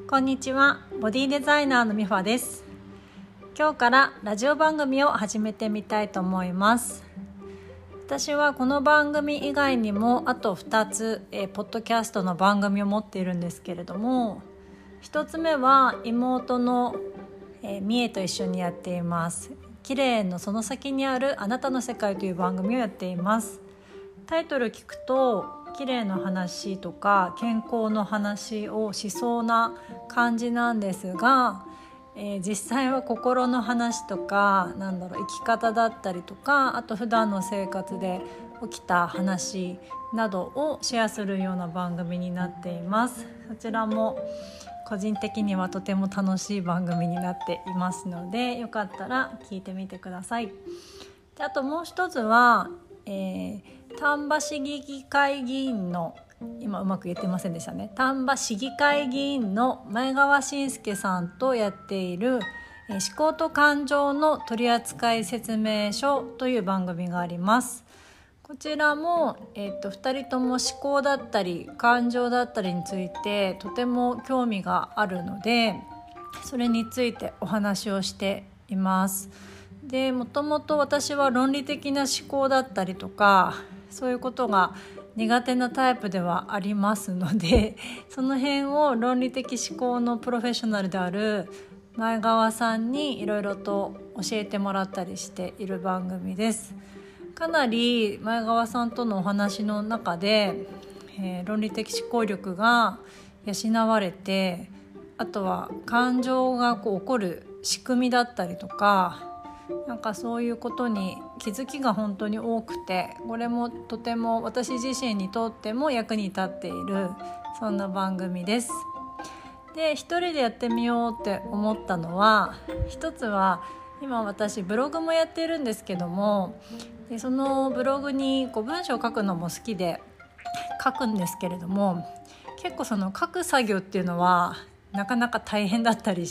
こんにちは、ボディデザイナーのみふわです。今日からラジオ番組を始めてみたいと思います。私はこの番組以外にもあと2つ、ポッドキャストの番組を持っているんですけれども、1つ目は妹の、みえと一緒にやっています。綺麗のその先にあるあなたの世界という番組をやっています。タイトル聞くと綺麗の話とか健康の話をしそうな感じなんですが、実際は心の話とか生き方だったりとか、あと普段の生活で起きた話などをシェアするような番組になっています。そちらも個人的にはとても楽しい番組になっていますので、よかったら聞いてみてください。で、あともう一つは、丹波市議会議員の今うまく言ってませんでしたね。丹波市議会議員の前川信介さんとやっている思考と感情の取扱説明書という番組があります。こちらも、2人とも思考だったり感情だったりについてとても興味があるので、それについてお話をしています。で、もともと私は論理的な思考だったりとか、そういうことが苦手なタイプではありますので、その辺を論理的思考のプロフェッショナルである前川さんにいろいろと教えてもらったりしている番組です。かなり前川さんとのお話の中で、論理的思考力が養われて、あとは感情が起こる仕組みだったりとか、そういうことに気づきが本当に多くて、これもとても私自身にとっても役に立っている、そんな番組です。で、一人でやってみようって思ったのは、一つは今私ブログもやっているんですけども、でそのブログに文章を書くのも好きで書くんですけれども、結構その書く作業っていうのはなかなか大変だったりして、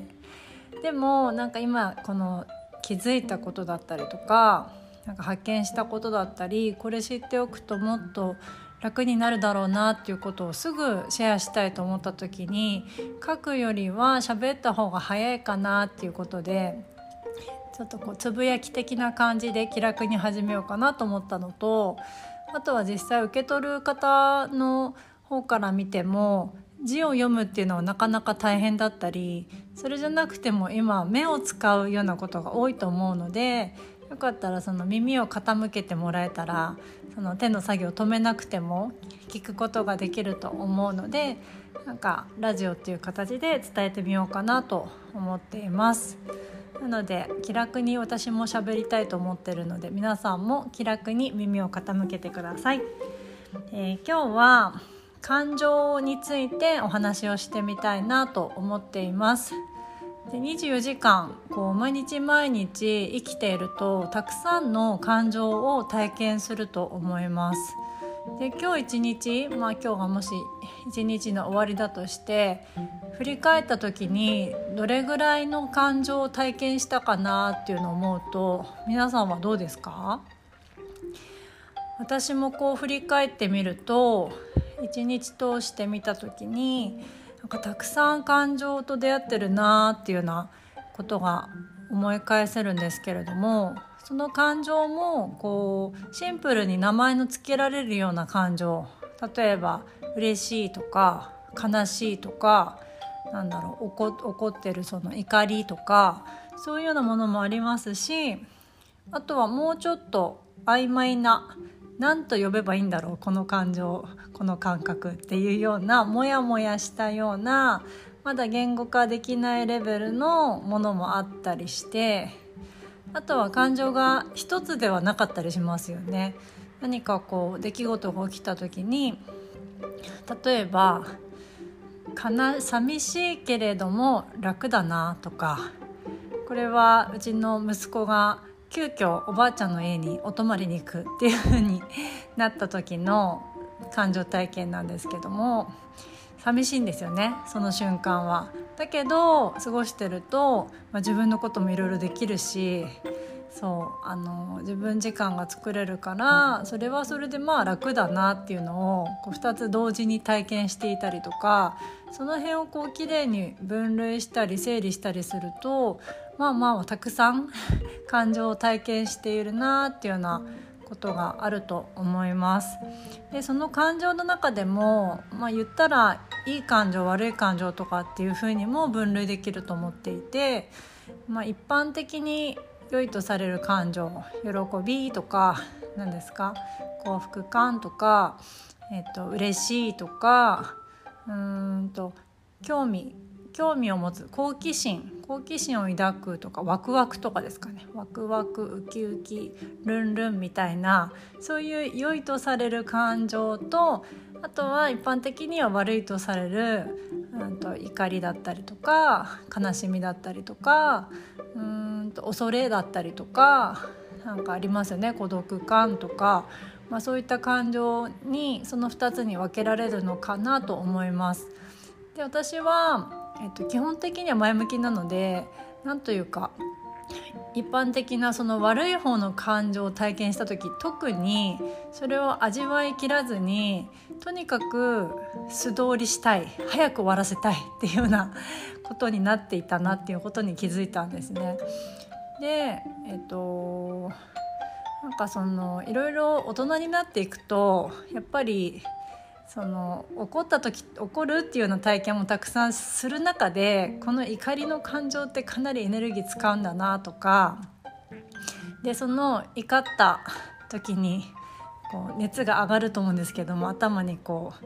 でも今この気づいたことだったりとか、発見したことだったり、これ知っておくともっと楽になるだろうなっていうことをすぐシェアしたいと思った時に、書くよりは喋った方が早いかなっていうことで、ちょっとつぶやき的な感じで気楽に始めようかなと思ったのと、あとは実際受け取る方の方から見ても字を読むっていうのはなかなか大変だったり、それじゃなくても今目を使うようなことが多いと思うので、よかったらその耳を傾けてもらえたら、その手の作業を止めなくても聞くことができると思うので、ラジオっていう形で伝えてみようかなと思っています。なので気楽に私も喋りたいと思っているので、皆さんも気楽に耳を傾けてください。今日は感情についてお話をしてみたいなと思っています。で、24時間毎日毎日生きているとたくさんの感情を体験すると思います。で、今日一日、今日がもし一日の終わりだとして振り返った時にどれぐらいの感情を体験したかなっていうのを思うと、皆さんはどうですか？私も振り返ってみると、一日通して見た時にたくさん感情と出会ってるなっていうようなことが思い返せるんですけれども、その感情もシンプルに名前の付けられるような感情、例えば嬉しいとか悲しいとか、怒ってるその怒りとか、そういうようなものもありますし、あとはもうちょっと曖昧な、何と呼べばいいんだろうこの感情、この感覚っていうようなモヤモヤしたような、まだ言語化できないレベルのものもあったりして、あとは感情が一つではなかったりしますよね。何か出来事が起きた時に、例えば寂しいけれども楽だなとか、これはうちの息子が急遽おばあちゃんの家にお泊まりに行くっていう風になった時の感情体験なんですけども、寂しいんですよね、その瞬間は。だけど過ごしてると、自分のこともいろいろできるし、自分時間が作れるから、それはそれで楽だなっていうのを2つ同時に体験していたりとか、 その辺をこうきれいに分類したり整理したりするとたくさん感情を体験しているなっていうようなことがあると思います。でその感情の中でも、言ったらいい感情悪い感情とかっていうふうにも分類できると思っていて、一般的に良いとされる感情、喜びとか何ですか、幸福感とか、嬉しいとか興味を持つ、好奇心を抱くとか、ワクワクとかですかね。ワクワク、ウキウキ、ルンルンみたいな、そういう良いとされる感情と、あとは一般的には悪いとされる、怒りだったりとか悲しみだったりとか恐れだったりとかなんかありますよね。孤独感とか、そういった感情にその2つに分けられるのかなと思います。で私は基本的には前向きなので、なんというか一般的なその悪い方の感情を体験した時、特にそれを味わい切らずにとにかく素通りしたい、早く終わらせたいっていうようなことになっていたなっていうことに気づいたんですね。でなんかいろいろ大人になっていくと、やっぱり怒った時、怒るっていうような体験もたくさんする中で、この怒りの感情ってかなりエネルギー使うんだなとか、でその怒った時に熱が上がると思うんですけども、頭に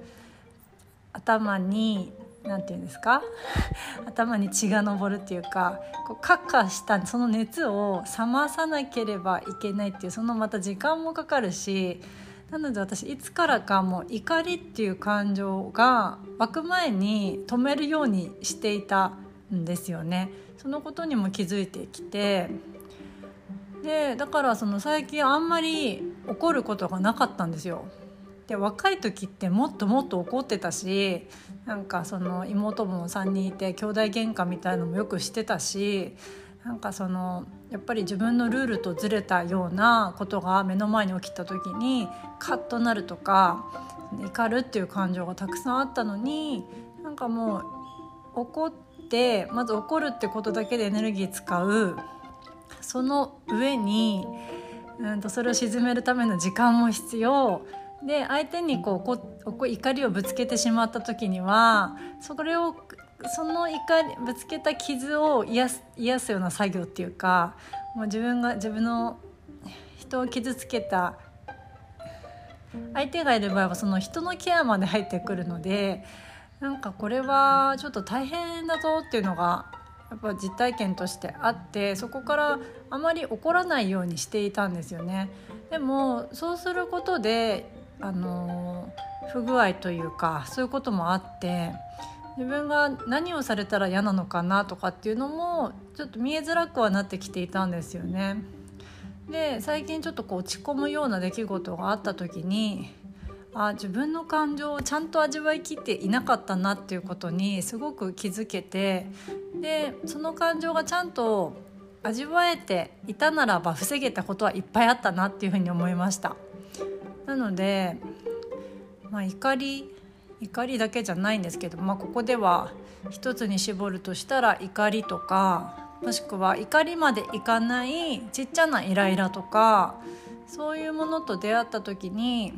なんていうんですか頭に血が上るっていうか、カッカしたその熱を冷まさなければいけないっていう、そのまた時間もかかるし、なので私いつからかもう怒りっていう感情が湧く前に止めるようにしていたんですよね。そのことにも気づいてきて、でだから最近あんまり怒ることがなかったんですよ。で若い時ってもっともっと怒ってたし、なんか妹も3人いて兄弟喧嘩みたいのもよくしてたし、なんかやっぱり自分のルールとずれたようなことが目の前に起きた時にカッとなるとか怒るっていう感情がたくさんあったのに、なんかもう怒ってまず怒るってことだけでエネルギー使う、その上にそれを鎮めるための時間も必要で、相手に怒りをぶつけてしまった時にはそのぶつけた傷を癒すような作業っていうか、もう自分の人を傷つけた相手がいる場合はその人のケアまで入ってくるので、なんかこれはちょっと大変だぞっていうのがやっぱ実体験としてあって、そこからあまり怒らないようにしていたんですよね。でもそうすることで不具合というかそういうこともあって、自分が何をされたら嫌なのかなとかっていうのもちょっと見えづらくはなってきていたんですよね。で最近ちょっと落ち込むような出来事があった時に、自分の感情をちゃんと味わいきっていなかったなっていうことにすごく気づけて、でその感情がちゃんと味わえていたならば防げたことはいっぱいあったなっていうふうに思いました。なので、怒りだけじゃないんですけど、ここでは一つに絞るとしたら怒りとか、もしくは怒りまでいかないちっちゃなイライラとか、そういうものと出会った時に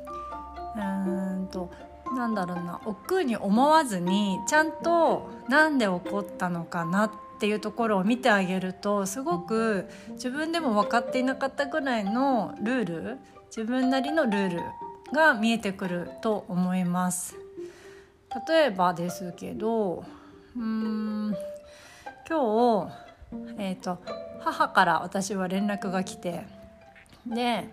なんだろうな、億劫に思わずにちゃんとなんで起こったのかなっていうところを見てあげると、すごく自分でも分かっていなかったぐらいのルール、自分なりのルールが見えてくると思います。例えばですけど、今日、母から私は連絡が来て、で、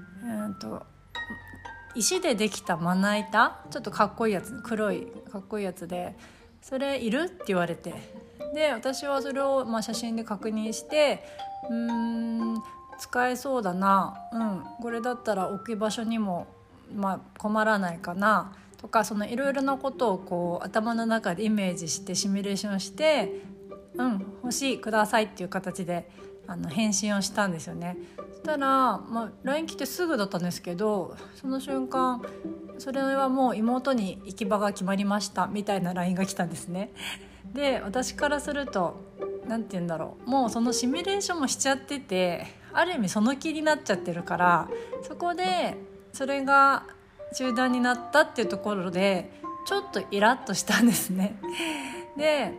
石でできたまな板、ちょっとかっこいいやつ、黒いかっこいいやつで、それいるって言われて、で私はそれを写真で確認して、使えそうだな、これだったら置き場所にも、困らないかなとか、いろいろなことを頭の中でイメージしてシミュレーションして、欲しい、くださいっていう形で返信をしたんですよね。そしたら、LINE 来てすぐだったんですけど、その瞬間それはもう妹に行き場が決まりましたみたいな LINE が来たんですね。で私からするとなんて言うんだろう、もうそのシミュレーションもしちゃってて、ある意味その気になっちゃってるから、そこでそれが中断になったっていうところでちょっとイラッとしたんですね。で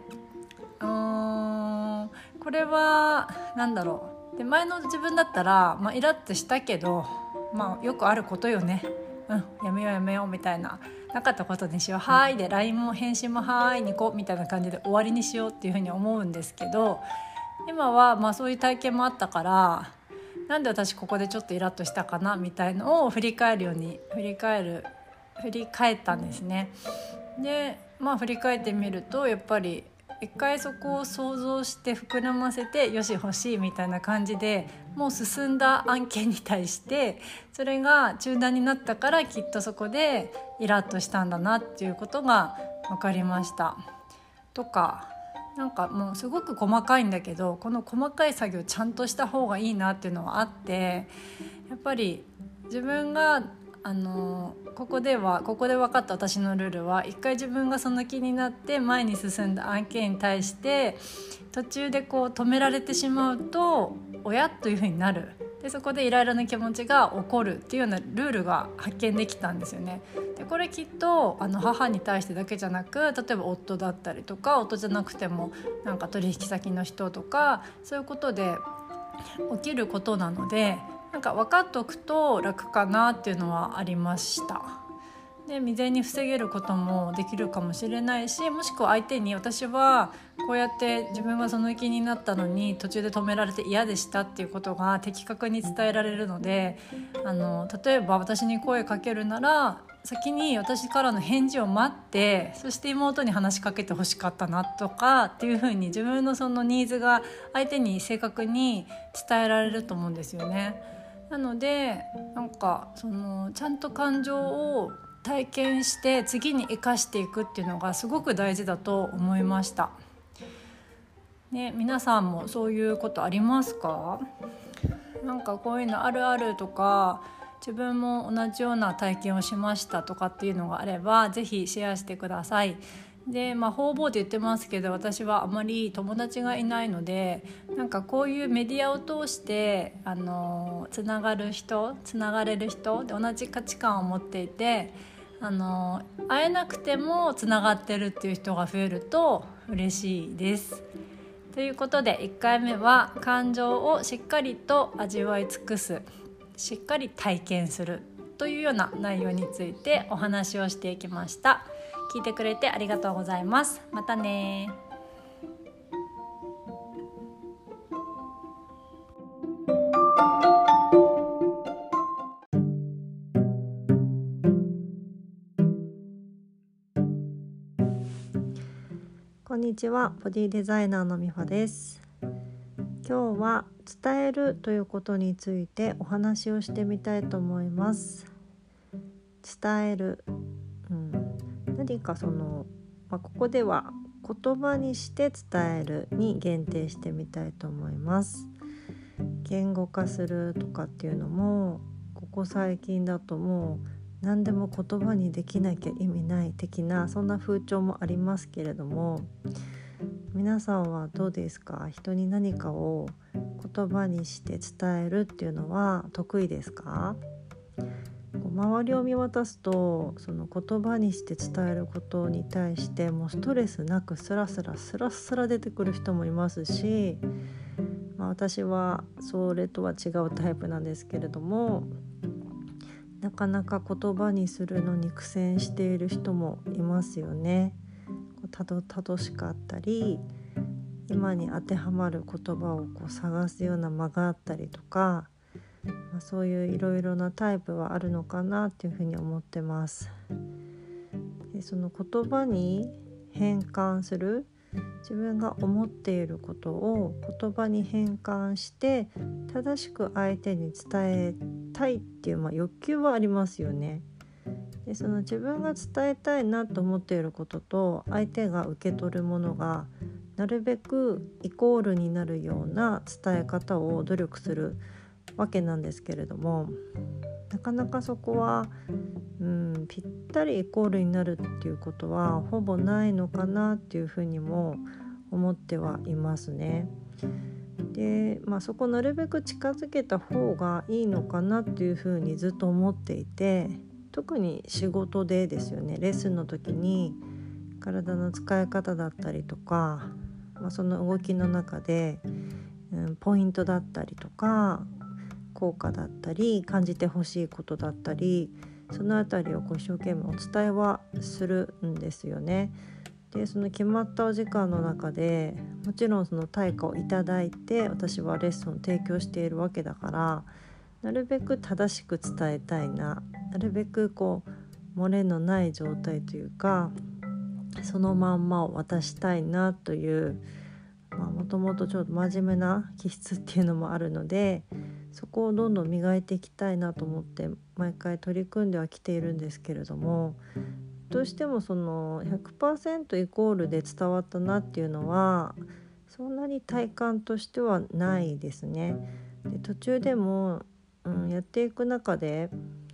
これはなんだろう、で前の自分だったら、イラッとしたけど、よくあることよね、やめようやめようみたいな、なかったことにしよう、はーいで LINE も返信もはーいにこうみたいな感じで終わりにしようっていうふうに思うんですけど、今はそういう体験もあったから、なんで私ここでちょっとイラッとしたかなみたいのを振り返ったんですね。で振り返ってみると、やっぱり一回そこを想像して膨らませてよし欲しいみたいな感じでもう進んだ案件に対してそれが中断になったから、きっとそこでイラッとしたんだなっていうことが分かりました。とかなんかもうすごく細かいんだけど、この細かい作業ちゃんとした方がいいなっていうのはあって、やっぱり自分がここで分かった私のルールは、一回自分がその気になって前に進んだ案件に対して途中で止められてしまうと親という風になる。でそこでイライラな気持ちが起こるっていうようなルールが発見できたんですよね。でこれきっと母に対してだけじゃなく、例えば夫だったりとか、夫じゃなくてもなんか取引先の人とか、そういうことで起きることなので、なんか分かっておくと楽かなっていうのはありました。で未然に防げることもできるかもしれないし、もしくは相手に私はこうやって自分がその気になったのに途中で止められて嫌でしたっていうことが的確に伝えられるので、例えば私に声かけるなら先に私からの返事を待って、そして妹に話しかけてほしかったなとかっていう風に自分のそのニーズが相手に正確に伝えられると思うんですよね。なのでなんかちゃんと感情を体験して次に生かしていくっていうのがすごく大事だと思いました、ね、皆さんもそういうことありますか？なんかこういうのあるあるとか、自分も同じような体験をしましたとかっていうのがあればぜひシェアしてください。で方々で言ってますけど、私はあまり友達がいないので、なんかこういうメディアを通してつながれる人で同じ価値観を持っていて、会えなくてもつながってるっていう人が増えると嬉しいです。ということで1回目は感情をしっかりと味わい尽くす、しっかり体験するというような内容についてお話をしていきました。聞いてくれてありがとうございます。またね。 こんにちは、ボディデザイナーのみほです。今日は伝えるということについてお話をしてみたいと思います。伝える、何かここでは言葉にして伝えるに限定してみたいと思います。言語化するとかっていうのもここ最近だともう何でも言葉にできなきゃ意味ない的な、そんな風潮もありますけれども、皆さんはどうですか？人に何かを言葉にして伝えるっていうのは得意ですか？周りを見渡すとその言葉にして伝えることに対してもうストレスなくスラスラ出てくる人もいますし、私はそれとは違うタイプなんですけれども、なかなか言葉にするのに苦戦している人もいますよね。たどしかったり、今に当てはまる言葉を探すような間があったりとか、そういういろいろなタイプはあるのかなっていうふうに思ってます。でその言葉に変換する、自分が思っていることを言葉に変換して正しく相手に伝えたいっていう、欲求はありますよね。でその自分が伝えたいなと思っていることと相手が受け取るものがなるべくイコールになるような伝え方を努力するわけなんですけれども、 なかなかそこは、ぴったりイコールになるっていうことはほぼないのかなっていうふうにも思ってはいますね。で、そこなるべく近づけた方がいいのかなっていうふうにずっと思っていて、特に仕事でですよね。レッスンの時に体の使い方だったりとか、その動きの中で、ポイントだったりとか効果だったり感じてほしいことだったり、そのあたりを一生懸命お伝えはするんですよね。でその決まったお時間の中でもちろんその対価をいただいて私はレッスンを提供しているわけだから、なるべく正しく伝えたいなるべく漏れのない状態というかそのまんまを渡したいなという、もともとちょっと真面目な気質っていうのもあるので、そこをどんどん磨いていきたいなと思って毎回取り組んではきているんですけれども、どうしてもその 100% イコールで伝わったなっていうのはそんなに体感としてはないですね。で途中でも、やっていく中で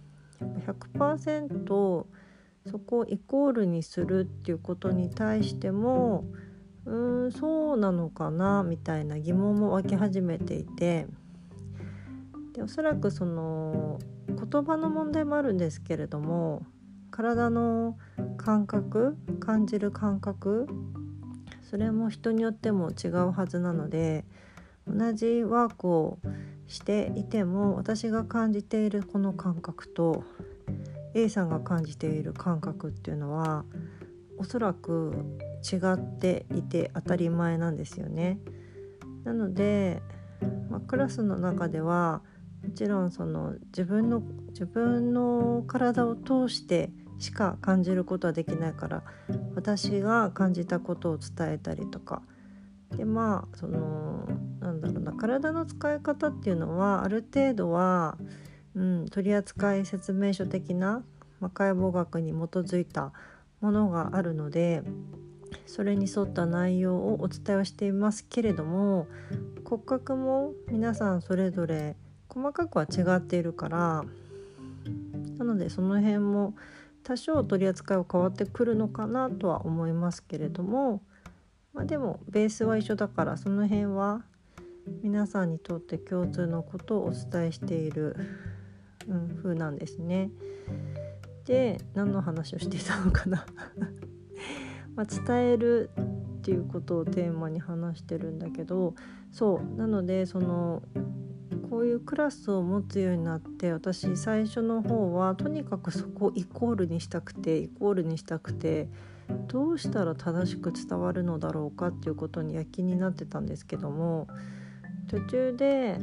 100% そこをイコールにするっていうことに対してもそうなのかなみたいな疑問も湧き始めていて、でおそらくその言葉の問題もあるんですけれども、体の感覚感じる感覚それも人によっても違うはずなので、同じワークをしていても私が感じているこの感覚と A さんが感じている感覚っていうのはおそらく違っていて当たり前なんですよね。なので、クラスの中ではもちろんその自分の体を通してしか感じることはできないから、私が感じたことを伝えたりとかで、その体の使い方っていうのはある程度は、取扱説明書的な、解剖学に基づいたものがあるので、それに沿った内容をお伝えはしていますけれども、骨格も皆さんそれぞれ細かくは違っているから、なのでその辺も多少取り扱いは変わってくるのかなとは思いますけれども、でもベースは一緒だから、その辺は皆さんにとって共通のことをお伝えしている、風なんですね。で、何の話をしていたのかな伝えるっていうことをテーマに話してるんだけど、そうなのでこういうクラスを持つようになって、私最初の方はとにかくそこをイコールにしたくてどうしたら正しく伝わるのだろうかっていうことに躍起になってたんですけども、途中で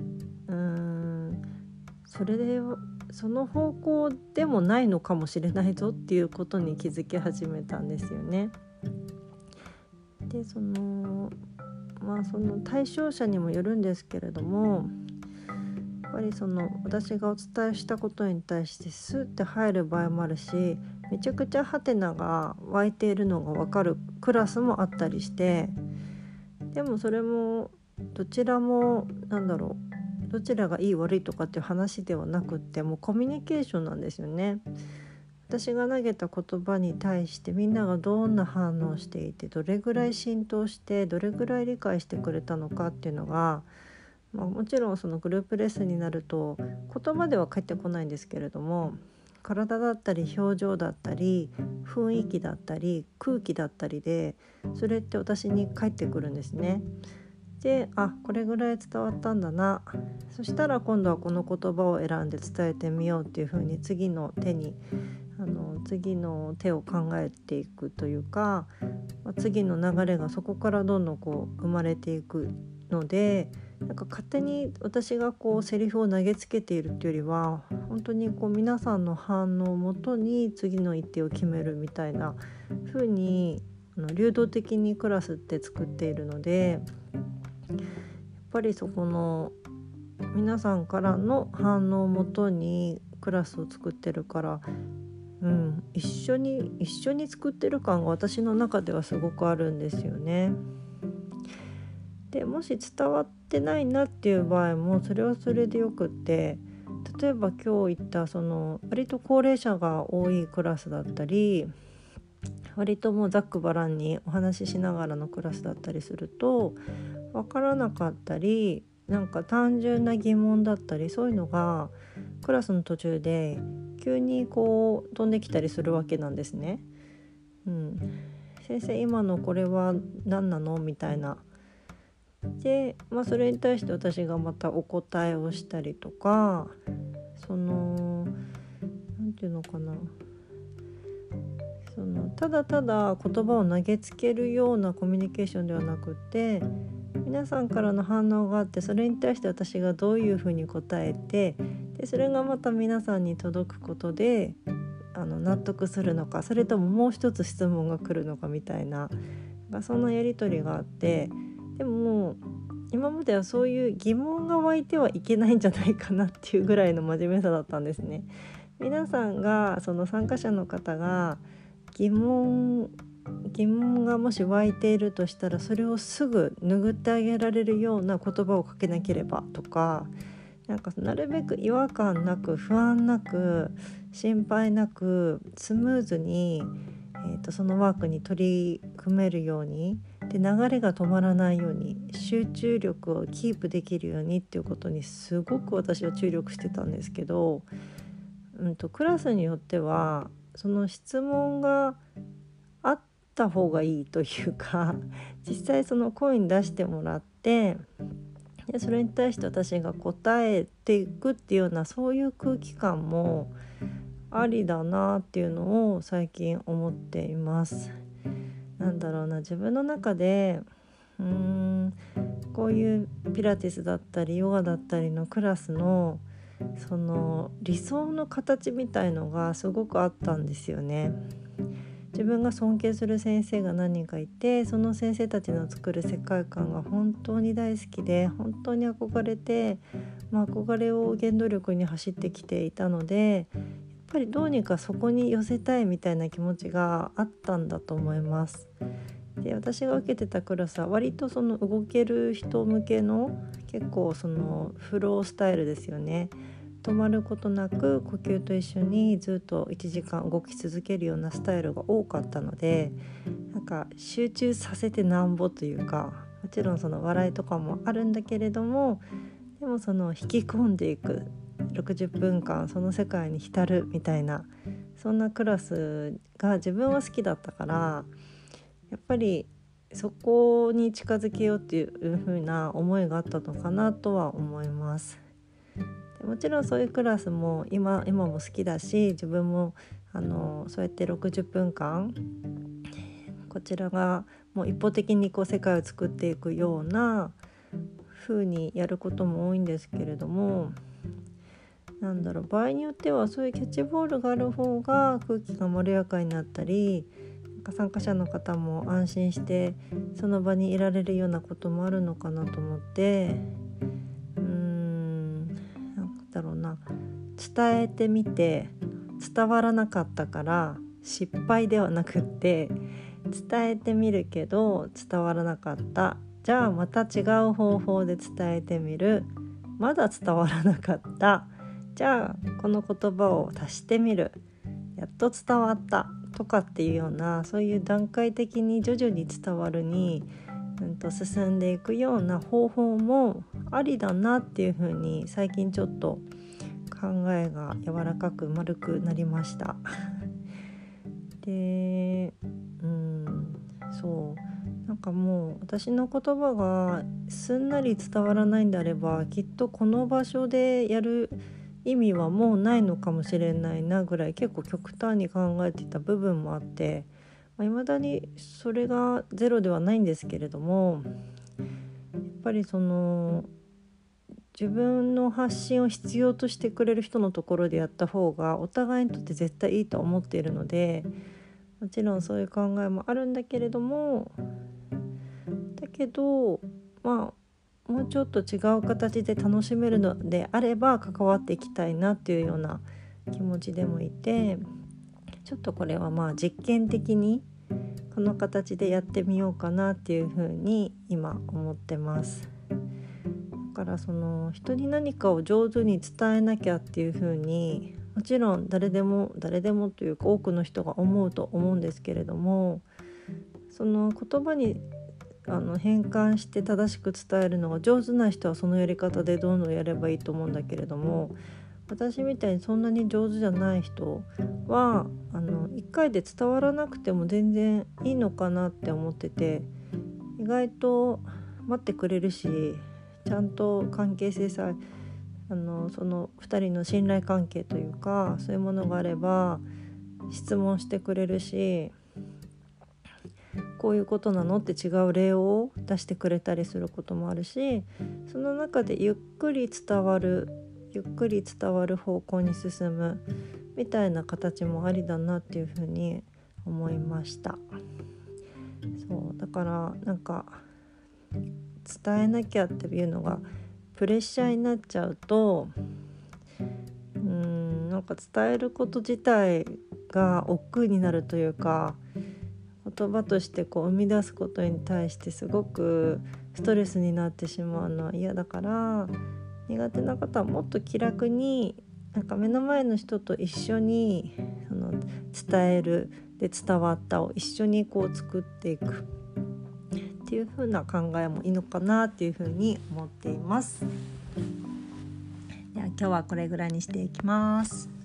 その方向でもないのかもしれないぞっていうことに気づき始めたんですよね。でその対象者にもよるんですけれども、やっぱり私がお伝えしたことに対してスッて入る場合もあるし、めちゃくちゃハテナが湧いているのが分かるクラスもあったりして、でもそれもどちらもどちらがいい悪いとかっていう話ではなくって、もうコミュニケーションなんですよね。私が投げた言葉に対してみんながどんな反応をしていて、どれぐらい浸透してどれぐらい理解してくれたのかっていうのが、もちろんそのグループレッスンになると言葉では返ってこないんですけれども、体だったり表情だったり雰囲気だったり空気だったりでそれって私に返ってくるんですね。で、これぐらい伝わったんだな、そしたら今度はこの言葉を選んで伝えてみようっていう風に次の手を考えていくというか、次の流れがそこからどんどん生まれていくので、勝手に私がセリフを投げつけているっていうよりは、本当に皆さんの反応をもとに次の一手を決めるみたいな風に流動的にクラスって作っているので、やっぱりそこの皆さんからの反応をもとにクラスを作ってるから、一緒に作ってる感が私の中ではすごくあるんですよね。でもし伝わってないなっていう場合もそれはそれでよくって、 例えば今日行った割と高齢者が多いクラスだったり、割ともうざっくばらんにお話ししながらのクラスだったりすると、分からなかったり、なんか単純な疑問だったり、そういうのがクラスの途中で急にこう飛んできたりするわけなんですね。先生今のこれは何なのみたいな。で、それに対して私がまたお答えをしたりとか、なんていうのかな、ただただ言葉を投げつけるようなコミュニケーションではなくて、皆さんからの反応があって、それに対して私がどういうふうに答えて、でそれがまた皆さんに届くことで納得するのか、それとももう一つ質問が来るのかみたいな、そんなやり取りがあって、でも今まではそういう疑問が湧いてはいけないんじゃないかなっていうぐらいの真面目さだったんですね。皆さんがその参加者の方が疑問がもし湧いているとしたら、それをすぐ拭ってあげられるような言葉をかけなければとか、なるべく違和感なく、不安なく、心配なく、スムーズに、そのワークに取り組めるように、で流れが止まらないように、集中力をキープできるようにっていうことにすごく私は注力してたんですけど、クラスによってはその質問があった方がいいというか、実際その声に出してもらって、でそれに対して私が答えていくっていうような、そういう空気感もありだなっていうのを最近思っています。自分の中でこういうピラティスだったりヨガだったりのクラスのその理想の形みたいのがすごくあったんですよね。自分が尊敬する先生が何人かいて、その先生たちの作る世界観が本当に大好きで、本当に憧れて、憧れを原動力に走ってきていたので、やっぱりどうにかそこに寄せたいみたいな気持ちがあったんだと思います。で、私が受けてたクラスは割とその動ける人向けの、結構そのフロースタイルですよね。止まることなく呼吸と一緒にずっと1時間動き続けるようなスタイルが多かったので、集中させてなんぼというか、もちろんその笑いとかもあるんだけれども、でもその引き込んでいく60分間その世界に浸るみたいな、そんなクラスが自分は好きだったから、やっぱりそこに近づけようっていう風な思いがあったのかなとは思います。もちろんそういうクラスも今も好きだし、自分もそうやって60分間こちらがもう一方的に世界を作っていくような風にやることも多いんですけれども、場合によってはそういうキャッチボールがある方が空気がまろやかになったり、参加者の方も安心してその場にいられるようなこともあるのかなと思って、伝えてみて伝わらなかったから失敗ではなくって、伝えてみるけど伝わらなかった、じゃあまた違う方法で伝えてみる、まだ伝わらなかった、じゃあこの言葉を足してみる、やっと伝わったとかっていうような、そういう段階的に徐々に伝わるに、進んでいくような方法もありだなっていうふうに最近ちょっと考えが柔らかく丸くなりましたで、もう私の言葉がすんなり伝わらないんであれば、きっとこの場所でやる意味はもうないのかもしれないなぐらい、結構極端に考えていた部分もあって、未だにそれがゼロではないんですけれども、やっぱりその自分の発信を必要としてくれる人のところでやった方がお互いにとって絶対いいと思っているので、もちろんそういう考えもあるんだけれども、だけどもうちょっと違う形で楽しめるのであれば関わっていきたいなっていうような気持ちでもいて、ちょっとこれは実験的にこの形でやってみようかなっていうふうに今思ってます。 からその人に何かを上手に伝えなきゃっていう風にもちろん誰でもというか多くの人が思うと思うんですけれども、その言葉に変換して正しく伝えるのが上手な人はそのやり方でどんどんやればいいと思うんだけれども、私みたいにそんなに上手じゃない人は1回で伝わらなくても全然いいのかなって思ってて、意外と待ってくれるし、ちゃんと関係性さその2人の信頼関係というかそういうものがあれば質問してくれるし、こういうことなのって違う例を出してくれたりすることもあるし、その中でゆっくり伝わる方向に進むみたいな形もありだなっていうふうに思いました。そうだからなんか伝えなきゃっていうのがプレッシャーになっちゃうとなんか伝えること自体が億劫になるというか、言葉としてこう生み出すことに対してすごくストレスになってしまうのは嫌だから、苦手な方はもっと気楽になんか目の前の人と一緒にその伝えるで伝わったを一緒にこう作っていくっていう風な考えもいいのかなっていう風に思っています。では今日はこれぐらいにしていきます。